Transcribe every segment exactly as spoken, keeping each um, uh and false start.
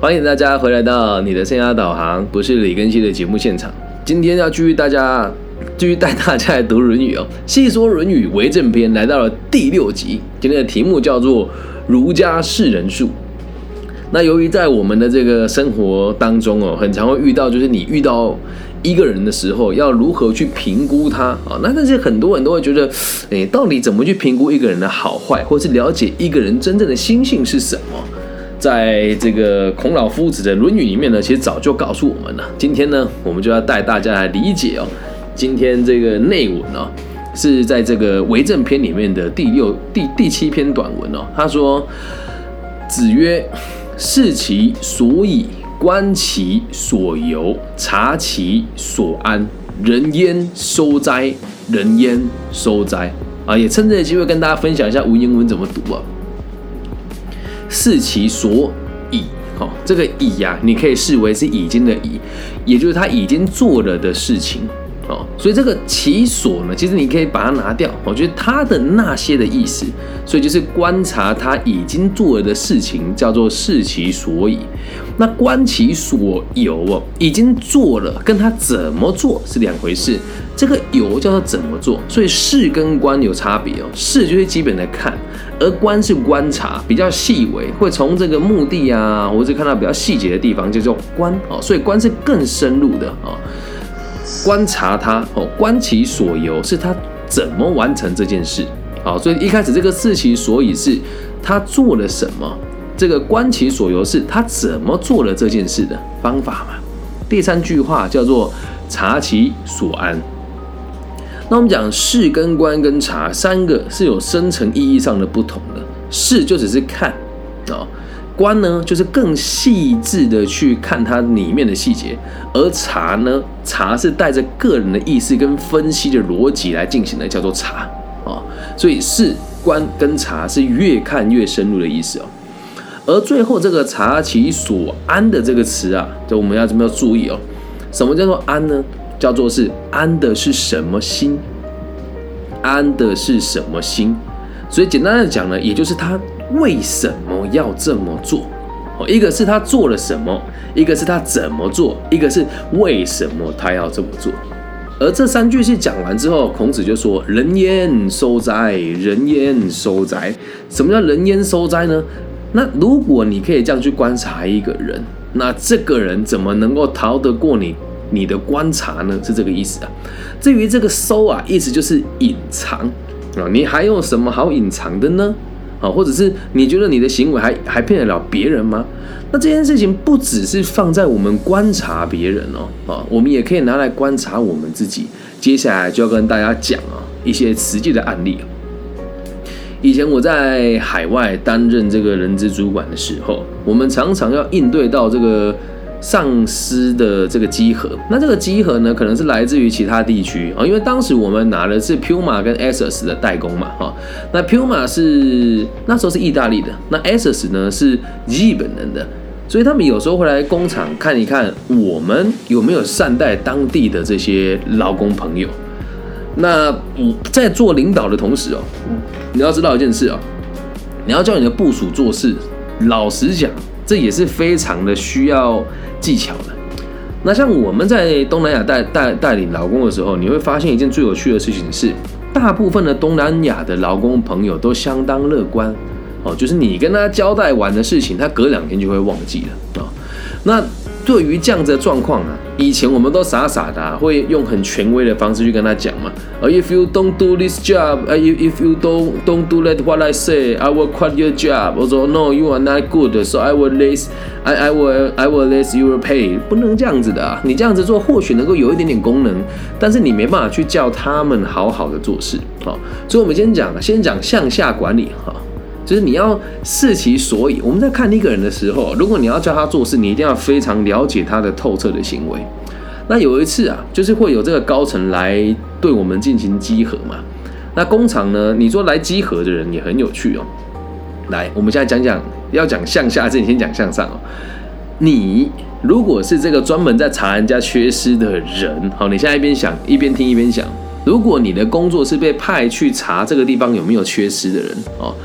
欢迎大家回来到你的生涯导航，不是李根熙的节目现场。今天要继续大家继续带大家来读《论语》哦，细说《论语》为政篇来到了第六集，今天的题目叫做“儒家世人术”。那由于在我们的这个生活当中哦，很常会遇到，就是你遇到一个人的时候，要如何去评估他啊？那但是很多人都会觉得，哎，到底怎么去评估一个人的好坏，或是了解一个人真正的心性是什么？在这个孔老夫子的《论语》里面呢，其实早就告诉我们了。今天呢，我们就要带大家来理解哦。今天这个内文哦，是在这个为政篇里面的第六、第第七篇短文哦。他说：“子曰，视其所以，观其所由，察其所安。人焉收哉？人焉收哉？”啊，也趁这个机会跟大家分享一下文言文怎么读啊。视其所以，哦，这个以啊，你可以视为是已经的以，也就是他已经做了的事情。哦，所以这个其所呢，其实你可以把它拿掉，我觉得他的那些的意思，所以就是观察他已经做了的事情，叫做视其所以。那观其所由哦，已经做了，跟他怎么做是两回事。这个由叫做怎么做，所以视跟观有差别哦。视就是基本的看，而观是观察，比较细微，会从这个目的啊，或者看到比较细节的地方，就叫观哦。所以观是更深入的哦。观察他哦，观其所由是他怎么完成这件事。好，所以一开始这个视其所以是他做了什么，这个观其所由是他怎么做了这件事的方法嘛。第三句话叫做察其所安。那我们讲视跟观跟察三个是有深层意义上的不同的。视就只是看哦。观呢，就是更细致的去看它里面的细节，而察呢，察是带着个人的意识跟分析的逻辑来进行的，叫做察哦。所以视、观跟察是越看越深入的意思哦。而最后这个察其所安的这个词啊，就我们要怎么要注意哦？什么叫做安呢？叫做是安的是什么心？安的是什么心？所以简单的讲呢，也就是他为什么要这么做？一个是他做了什么，一个是他怎么做，一个是为什么他要这么做。而这三句是讲完之后，孔子就说：“人焉收哉？人焉收哉？”什么叫人焉收哉呢？那如果你可以这样去观察一个人，那这个人怎么能够逃得过你你的观察呢？是这个意思啊。至于这个收啊，意思就是隐藏。你还有什么好隐藏的呢？或者是你觉得你的行为还还骗得了别人吗？那这件事情不只是放在我们观察别人哦，我们也可以拿来观察我们自己。接下来就要跟大家讲啊一些实际的案例。以前我在海外担任这个人资主管的时候，我们常常要应对到这个上司的这个稽核，那这个稽核呢，可能是来自于其他地区啊，因为当时我们拿的是 Puma 跟 Asus 的代工嘛，哈，那 Puma 是那时候是意大利的，那 Asus 呢是日本人的，所以他们有时候会来工厂看一看我们有没有善待当地的这些劳工朋友。那我在做领导的同时哦，你要知道一件事哦，你要叫你的部属做事，老实讲，这也是非常的需要技巧的。那像我们在东南亚 带, 带, 带领劳工的时候，你会发现一件最有趣的事情是，大部分的东南亚的劳工朋友都相当乐观哦，就是你跟他交代完的事情，他隔两天就会忘记了哦。那对于这样子的状况啊，以前我们都傻傻的、啊、会用很权威的方式去跟他讲嘛。If you don't do this job, if you don't don't do that what I say, I will quit your job. 我说 No, you are not good, so I will raise, I I will I will raise your pay. 不能这样子的啊！你这样子做或许能够有一点点功能，但是你没办法去叫他们好好的做事。好，所以我们先讲，先讲向下管理哈。就是你要视其所以。我们在看一个人的时候，如果你要叫他做事，你一定要非常了解他的透彻的行为。那有一次啊，就是会有这个高层来对我们进行稽核嘛。那工厂呢，你说来稽核的人也很有趣哦。来，我们现在讲讲，要讲向下之前先讲向上哦。你如果是这个专门在查人家缺失的人，好，你现在一边想一边听一边想，如果你的工作是被派去查这个地方有没有缺失的人哦。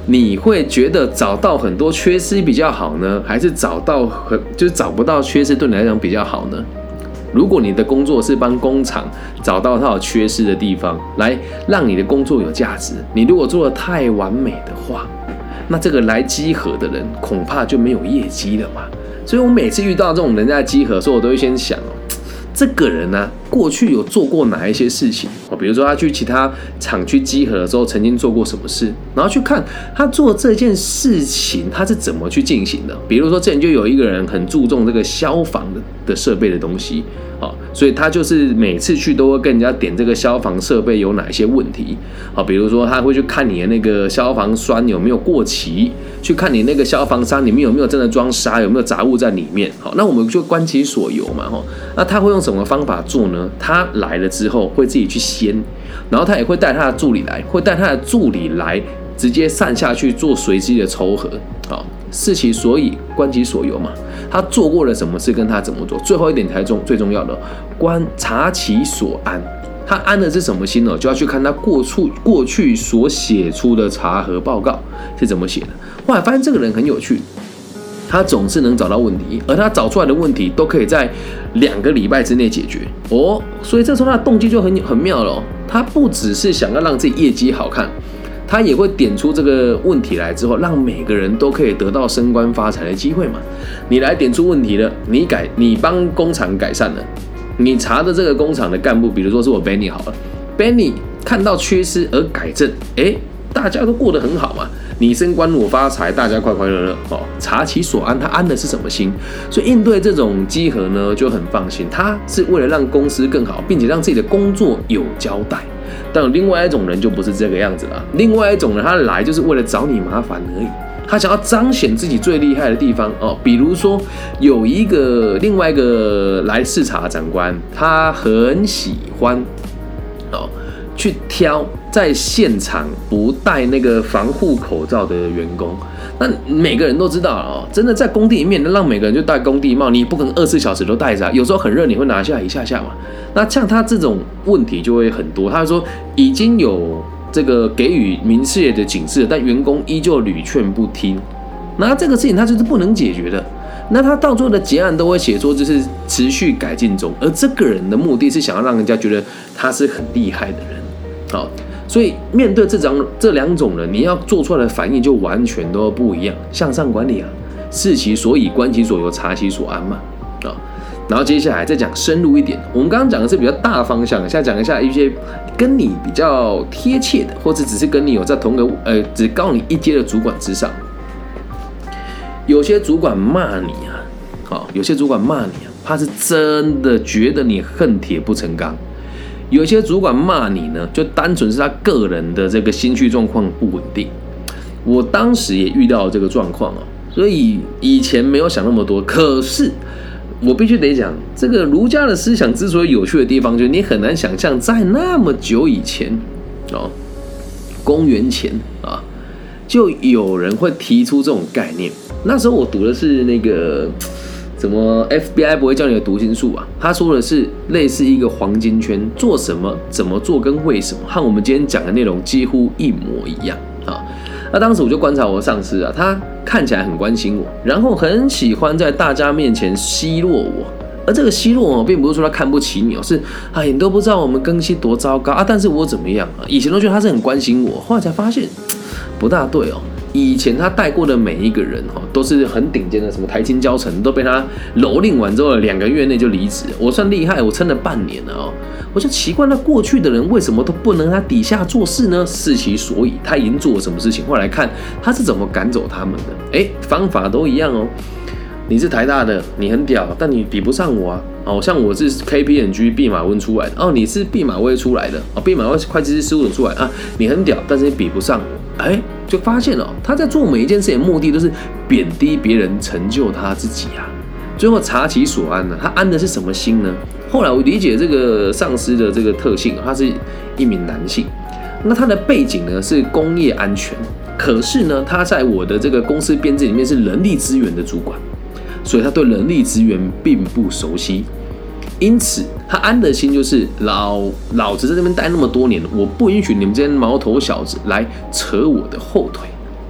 你会觉得找到很多缺失比较好呢，还是找到很就是找不到缺失对你来讲比较好呢？如果你的工作是帮工厂找到它有缺失的地方，来让你的工作有价值，你如果做得太完美的话，那这个来稽核的人恐怕就没有业绩了嘛。所以我每次遇到这种人在稽核的时候，我都会先想哦，这个人呢、啊，过去有做过哪一些事情？比如说他去其他厂去稽核的时候，曾经做过什么事，然后去看他做这件事情他是怎么去进行的。比如说之前就有一个人很注重这个消防的的设备的东西，所以他就是每次去都会跟人家点这个消防设备有哪一些问题。比如说他会去看你的那个消防栓有没有过期，去看你那个消防栓里面有没有真的装沙，有没有杂物在里面。好，那我们就观其所由嘛。那他会用什么方法做呢？他来了之后会自己去掀，然后他也会带他的助理来，会带他的助理来直接散下去做随机的抽核。好，视其所以，观其所由嘛。他做过了什么事，跟他怎么做。最后一点才重最重要的，观察其所安。他安的是什么心呢？就要去看他过去过去所写出的查核报告是怎么写的。后来发现这个人很有趣，他总是能找到问题，而他找出来的问题都可以在两个礼拜之内解决哦。所以这时候他的动机就很很妙了、哦。他不只是想要让自己业绩好看，他也会点出这个问题来之后，让每个人都可以得到升官发财的机会嘛。你来点出问题了，你改，你帮工厂改善了，你查的这个工厂的干部，比如说是我 Benny 好了 ，Benny 看到缺失而改正，哎，大家都过得很好嘛。你升官我发财，大家快快乐乐哦。察其所安，他安的是什么心？所以应对这种稽核呢，就很放心。他是为了让公司更好，并且让自己的工作有交代。但有另外一种人就不是这个样子了。另外一种人，他来就是为了找你麻烦而已。他想要彰显自己最厉害的地方哦，比如说有一个另外一个来视察的长官，他很喜欢哦去挑在现场不戴那个防护口罩的员工。那每个人都知道哦，真的在工地里面，让每个人就戴工地帽，你不可能二十四小时都戴着、啊，有时候很热，你会拿下一下下嘛。那像他这种问题就会很多。他说已经有这个给予明确的警示，但员工依旧屡劝不听。那这个事情他就是不能解决的。那他到最后的结案都会写说，就是持续改进中。而这个人的目的是想要让人家觉得他是很厉害的人。好，所以面对这种这两种人，你要做出来的反应就完全都不一样。向上管理啊，视其所以，观其所由，察其所安嘛。啊。然后接下来再讲深入一点，我们刚刚讲的是比较大方向，现在讲一下一些跟你比较贴切的，或者只是跟你有在同个呃只高你一阶的主管之上。有些主管骂你啊，好，有些主管骂你啊，他是真的觉得你恨铁不成钢。有些主管骂你呢，就单纯是他个人的这个心绪状况不稳定。我当时也遇到这个状况哦，所以以前没有想那么多，可是。我必须得讲，这个儒家的思想之所以有趣的地方，就是你很难想象，在那么久以前，哦，公元前啊，就有人会提出这种概念。那时候我读的是那个什么 F B I 不会教你的读心术啊，他说的是类似一个黄金圈，做什么、怎么做跟为什么，和我们今天讲的内容几乎一模一样啊。那当时我就观察我的上司啊，他看起来很关心我，然后很喜欢在大家面前奚落我。而这个奚落我，并不是说他看不起你哦，是哎，你都不知道我们更新多糟糕啊，但是我怎么样啊？以前都觉得他是很关心我，后来才发现不大对哦。以前他带过的每一个人哦，都是很顶尖的，什么台清交成都被他蹂躏完之后，两个月内就离职。我算厉害，我撑了半年了哦。我就奇怪，那过去的人为什么都不能在他底下做事呢？视其所以，他已经做了什么事情？后来看他是怎么赶走他们的。哎，方法都一样哦。你是台大的，你很屌，但你比不上我啊。哦，像我是 K P M G 毕马温出来的，哦，你是毕马威出来的，哦，毕马威会计师事务所出来啊，你很屌，但是你比不上我。哎，就发现了、哦，他在做每一件事情的目的都是贬低别人，成就他自己啊。最后察其所安呢，他安的是什么心呢？后来我理解这个上司的这个特性，他是一名男性，那他的背景呢是工业安全，可是呢，他在我的这个公司编制里面是人力资源的主管，所以他对人力资源并不熟悉，因此他安的心就是老老子在这边待那么多年，我不允许你们这些毛头小子来扯我的后腿。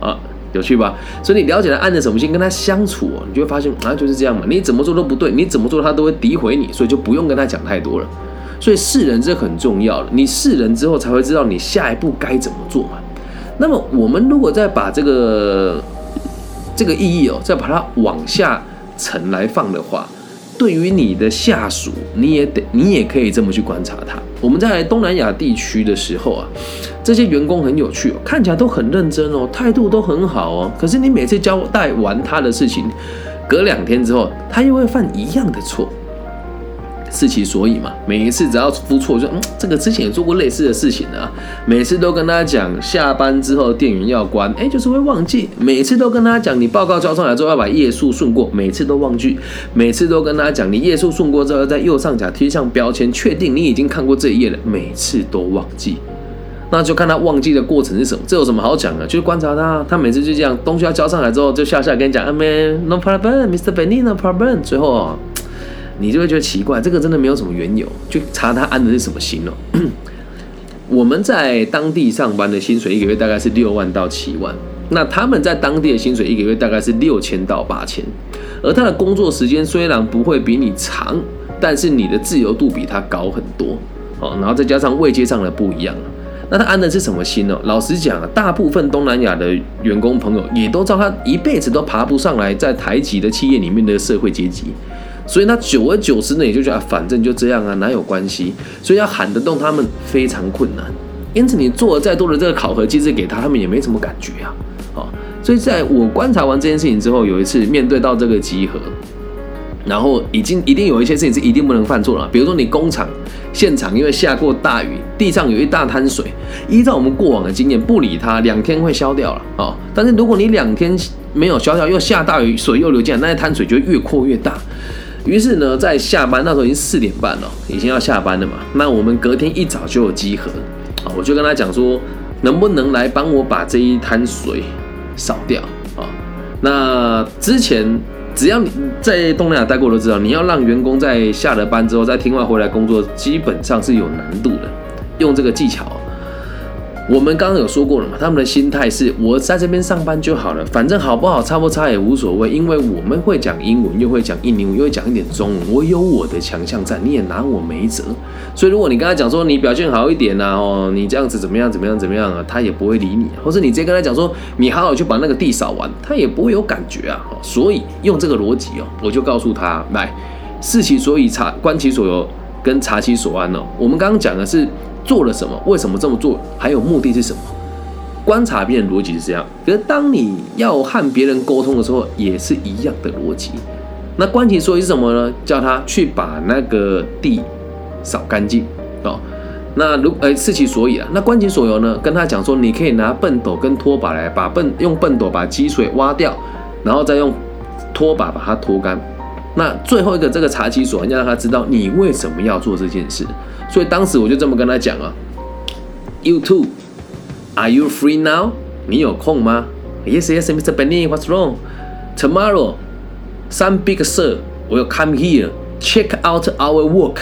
啊，有趣吧？所以你了解了安的什么性，跟他相处哦，你就会发现啊，就是这样嘛。你怎么做都不对，你怎么做他都会诋毁你，所以就不用跟他讲太多了。所以识人这很重要了，你识人之后才会知道你下一步该怎么做嘛。那么我们如果再把这个这个意义哦，再把它往下层来放的话，对于你的下属，你也得你也可以这么去观察他。我们在东南亚地区的时候啊，这些员工很有趣哦，看起来都很认真哦，态度都很好哦。可是你每次交代完他的事情，隔两天之后，他又会犯一样的错。是其所以嘛，每一次只要出错，就嗯，这个之前也做过类似的事情啊。每次都跟他讲，下班之后电源要关，哎，就是会忘记。每次都跟他讲，你报告交上来之后要把页数顺过，每次都忘记。每次都跟他讲，你页数顺过之后要在右上角贴上标签，确定你已经看过这一页了，每次都忘记。那就看他忘记的过程是什么，这有什么好讲的？就是观察他，他每次就这样，东西要交上来之后，就笑笑跟你讲，啊 ，man no problem，Mister Benny no problem， 最后哦。你就会觉得奇怪，这个真的没有什么缘由，就查他安的是什么心哦。我们在当地上班的薪水一个月大概是六万到七万，那他们在当地的薪水一个月大概是六千到八千，而他的工作时间虽然不会比你长，但是你的自由度比他高很多哦，然后再加上位阶上的不一样。那他安的是什么心呢？老实讲啊，大部分东南亚的员工朋友也都知道他一辈子都爬不上来在台籍的企业里面的社会阶级。所以他久而久之呢，也就觉得、啊、反正就这样啊，哪有关系？所以要喊得动他们非常困难。因此你做了再多的这个考核机制给他，他们也没什么感觉啊。哦，所以在我观察完这件事情之后，有一次面对到这个集合，然后已经一定有一些事情是一定不能犯错了，比如说你工厂现场因为下过大雨，地上有一大滩水，依照我们过往的经验，不理它两天会消掉了哦。但是如果你两天没有消掉，又下大雨，水又流进来，那一滩水就会越扩越大。于是呢，在下班那时候已经四点半了，已经要下班了嘛。那我们隔天一早就有集合，我就跟他讲说，能不能来帮我把这一滩水扫掉啊？那之前只要你在东南亚待过都知道，你要让员工在下了班之后在厅外回来工作，基本上是有难度的。用这个技巧，我们刚刚有说过了嘛，他们的心态是我在这边上班就好了，反正好不好差不差也无所谓，因为我们会讲英文，又会讲印尼文，又会讲一点中文，我有我的强项在，你也拿我没辙。所以如果你跟他讲说你表现好一点啊，哦，你这样子怎么样怎么样怎么样啊，他也不会理你，或是你直接跟他讲说你好好去把那个地扫完，他也不会有感觉啊。所以用这个逻辑哦，我就告诉他，来，视其所以察观其所由跟察其所安哦。我们刚刚讲的是做了什么，为什么这么做，还有目的是什么。观察别人逻辑是这样，可是当你要和别人沟通的时候，也是一样的逻辑。那观其所以是什么呢？叫他去把那个地扫干净哦。那如呃视其所以啊，那观其所由呢？跟他讲说，你可以拿畚斗跟拖把来把畚用畚斗把积水挖掉，然后再用拖把把它拖干。那最后一个这个察其所，要让他知道你为什么要做这件事。所以当时我就这么跟他讲啊 ，You too, are you free now？ 你有空吗 ？Yes, yes, Mister Benny, what's wrong? Tomorrow, some big sir will come here, check out our work.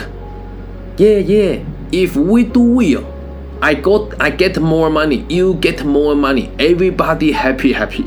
Yeah, yeah. If we do well, I got, I get more money. You get more money. Everybody happy, happy.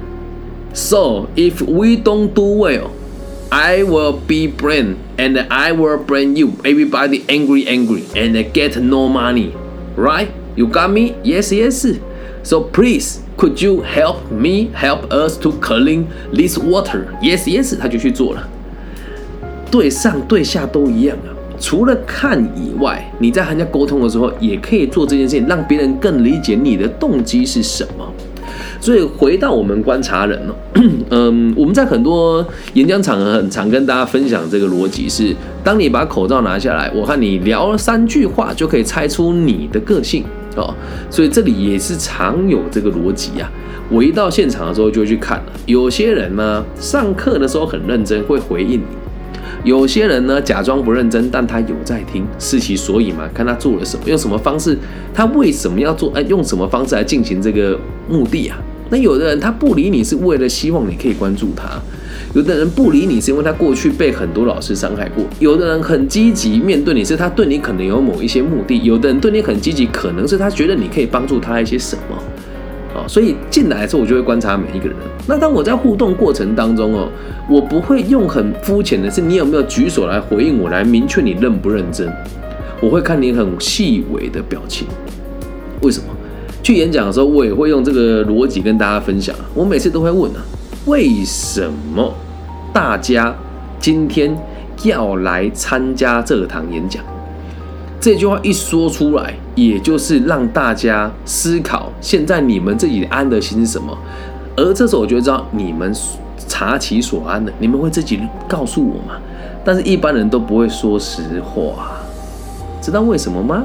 So if we don't do well,I will be brand and I will brand you. Everybody angry, angry, and get no money. Right? You got me? Yes, yes. So please, could you help me, help us to clean this water? Yes, yes. 他就去做了。对上对下都一样啊。除了看以外，你在和人家沟通的时候，也可以做这件事情，让别人更理解你的动机是什么。所以回到我们观察人哦，嗯，我们在很多演讲场合很常跟大家分享这个逻辑是：当你把口罩拿下来，我和你聊了三句话，就可以猜出你的个性哦。所以这里也是常有这个逻辑啊。我一到现场的时候就会去看了，有些人呢，上课的时候很认真，会回应你。有些人呢，假装不认真，但他有在听，视其所以嘛，看他做了什么，用什么方式，他为什么要做，哎，用什么方式来进行这个目的啊？那有的人他不理你是为了希望你可以关注他，有的人不理你是因为他过去被很多老师伤害过，有的人很积极面对你是他对你可能有某一些目的，有的人对你很积极，可能是他觉得你可以帮助他一些什么。 所以进来的时候我就会观察每一个人。那当我在互动过程当中哦，我不会用很肤浅的是你有没有举手来回应我，来明确你认不认真。我会看你很细微的表情。为什么？去演讲的时候，我也会用这个逻辑跟大家分享。我每次都会问啊，为什么大家今天要来参加这堂演讲？这句话一说出来，也就是让大家思考，现在你们自己安的心是什么。而这时候我就知道你们察其所安的，你们会自己告诉我嘛？但是一般人都不会说实话，知道为什么吗？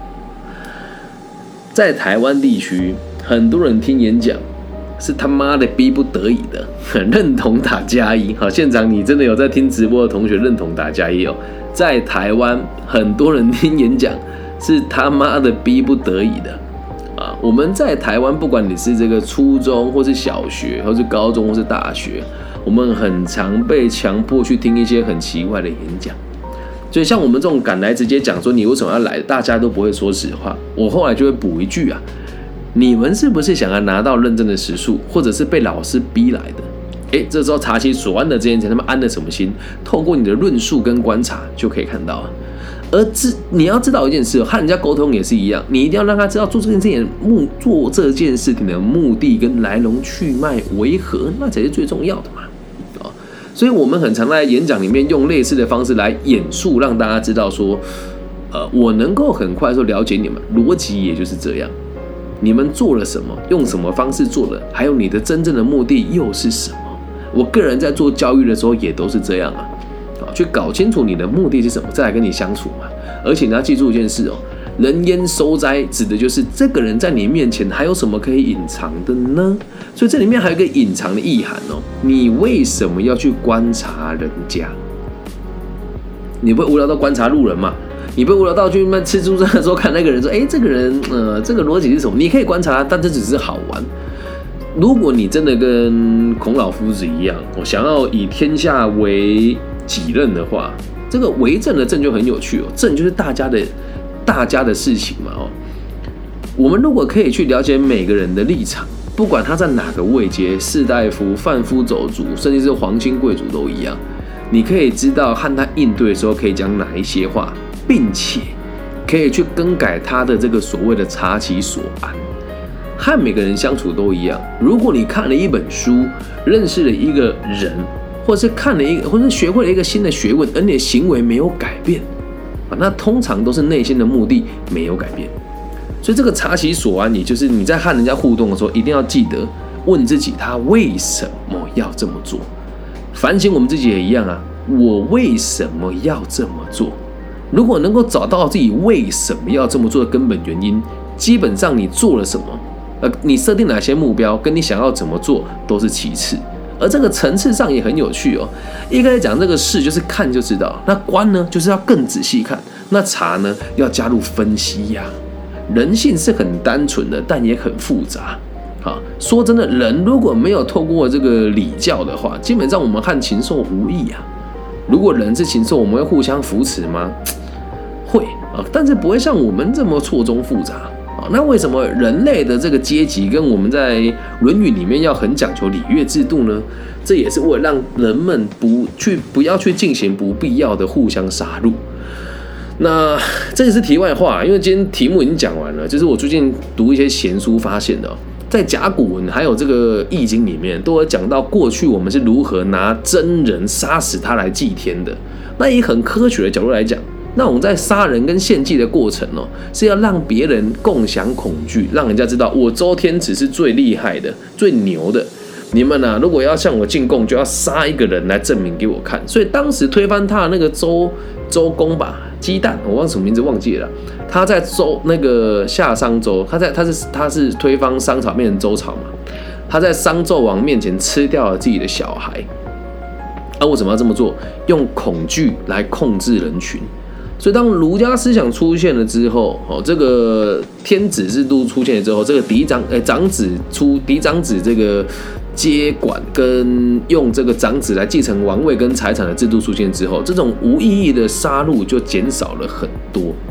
在台湾地区，很多人听演讲是他妈的逼不得已的，很认同打加一。好，现场你真的有在听直播的同学认同打加一哦。在台湾，很多人听演讲是他妈的逼不得已的啊！我们在台湾，不管你是这个初中，或是小学，或是高中，或是大学，我们很常被强迫去听一些很奇怪的演讲。所以像我们这种敢来直接讲说你为什么要来，大家都不会说实话。我后来就会补一句啊：你们是不是想要拿到认真的时数，或者是被老师逼来的？哎，这时候察其所安的这件事，他们安了什么心？透过你的论述跟观察就可以看到了。而你要知道一件事，和人家沟通也是一样，你一定要让他知道做这件事情目做这件事情的目的跟来龙去脉为何，那才是最重要的嘛。啊，所以我们很常在演讲里面用类似的方式来演述，让大家知道说，呃，我能够很快速了解你们逻辑，也就是这样。你们做了什么，用什么方式做的，还有你的真正的目的又是什么？我个人在做教育的时候也都是这样啊，去搞清楚你的目的是什么，再来跟你相处嘛。而且你要记住一件事哦，人焉收哉，指的就是这个人在你面前还有什么可以隐藏的呢？所以这里面还有一个隐藏的意涵哦，你为什么要去观察人家？你不会无聊到观察路人嘛？你不会无聊到去吃猪肉的时候看那个人说，哎，这个人呃，这个逻辑是什么？你可以观察他，但这只是好玩。如果你真的跟孔老夫子一样，我想要以天下为己任的话，这个为政的政就很有趣哦。政就是大家的、大家的事情嘛哦。我们如果可以去了解每个人的立场，不管他在哪个位阶，士大夫、贩夫走卒，甚至是皇亲贵族都一样，你可以知道和他应对的时候可以讲哪一些话，并且可以去更改他的这个所谓的察其所安。和每个人相处都一样。如果你看了一本书，认识了一个人，或是看了一个，或是学会了一个新的学问，而你的行为没有改变，那通常都是内心的目的没有改变。所以这个察其所安，也就是你在和人家互动的时候，一定要记得问自己，他为什么要这么做？反省我们自己也一样啊，我为什么要这么做？如果能够找到自己为什么要这么做的根本原因，基本上你做了什么，呃，你设定哪些目标，跟你想要怎么做都是其次。而这个层次上也很有趣哦。一开始讲这个视就是看就知道，那观呢就是要更仔细看，那察呢要加入分析呀、啊。人性是很单纯的，但也很复杂。好，说真的，人如果没有透过这个礼教的话，基本上我们和禽兽无异啊。如果人是禽兽，我们会互相扶持吗？会啊，但是不会像我们这么错综复杂。那为什么人类的这个阶级跟我们在《论语》里面要很讲求礼乐制度呢？这也是为了让人们不去不要去进行不必要的互相杀戮。那这也是题外话，因为今天题目已经讲完了，就是我最近读一些闲书发现的、哦，在甲骨文还有这个《易经》里面都有讲到过去我们是如何拿真人杀死他来祭天的。那以很科学的角度来讲，那我们在杀人跟献祭的过程哦，是要让别人共享恐惧，让人家知道我周天子是最厉害的、最牛的。你们啊，如果要向我进贡，就要杀一个人来证明给我看。所以当时推翻他的那个周周公吧，姬旦，我忘什么名字忘记了。他在周那个夏商周，他在他是他是推翻商朝变成周朝嘛。他在商纣王面前吃掉了自己的小孩。那、啊、为什么要这么做？用恐惧来控制人群。所以当儒家思想出现了之后，哦，这个天子制度出现了之后，这个嫡长诶长子出嫡长子这个接管跟用这个长子来继承王位跟财产的制度出现之后，这种无意义的杀戮就减少了很多。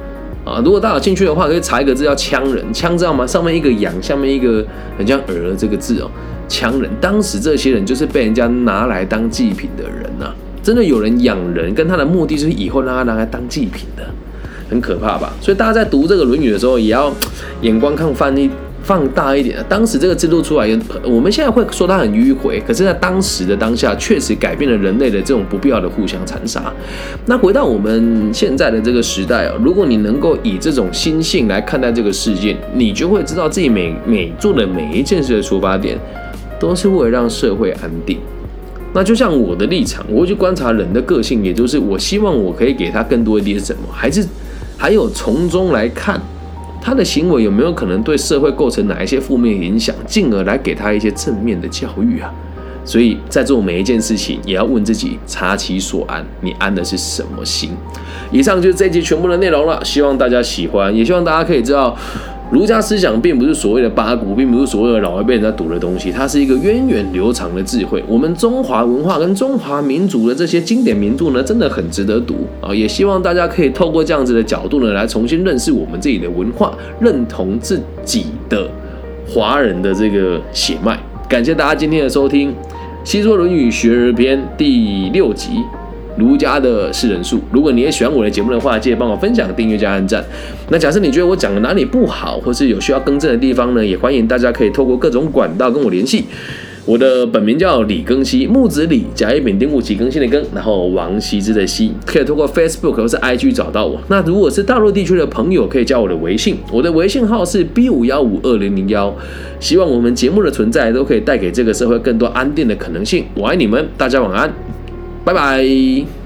啊。如果大家有兴趣的话，可以查一个字叫羌人，羌知道吗？上面一个羊，下面一个很像鹅这个字哦，羌人。当时这些人就是被人家拿来当祭品的人呐、啊，真的有人养人，跟他的目的就是以后让他拿来当祭品的，很可怕吧？所以大家在读这个《论语》的时候，也要眼光看放一。放大一点，当时这个制度出来，我们现在会说它很迂回，可是在当时的当下，确实改变了人类的这种不必要的互相残杀。那回到我们现在的这个时代哦，如果你能够以这种心性来看待这个事件，你就会知道自己每每做的每一件事的出发点，都是为了让社会安定。那就像我的立场，我会去观察人的个性，也就是我希望我可以给他更多一点什么，还是还有从中来看。他的行为有没有可能对社会构成哪一些负面影响，进而来给他一些正面的教育啊？所以在做每一件事情，也要问自己：察其所安，你安的是什么心？以上就是这一集全部的内容了，希望大家喜欢，也希望大家可以知道，儒家思想并不是所谓的八股，并不是所谓的老一辈人在读的东西，它是一个源远流长的智慧。我们中华文化跟中华民族的这些经典名著呢，真的很值得读啊！也希望大家可以透过这样子的角度呢，来重新认识我们自己的文化，认同自己的华人的这个血脉。感谢大家今天的收听，《西说论语学而篇》第六集。儒家的世人术。如果你也喜欢我的节目的话，记得帮我分享、订阅加按赞。那假设你觉得我讲的哪里不好，或是有需要更正的地方呢，也欢迎大家可以透过各种管道跟我联系。我的本名叫李庚希，木子李，甲乙丙丁戊己庚辛的庚，然后王羲之的羲，可以透过 Facebook 或是 I G 找到我。那如果是大陆地区的朋友，可以加我的微信，我的微信号是 B 五一五二零零一。希望我们节目的存在都可以带给这个社会更多安定的可能性。我爱你们，大家晚安，拜拜。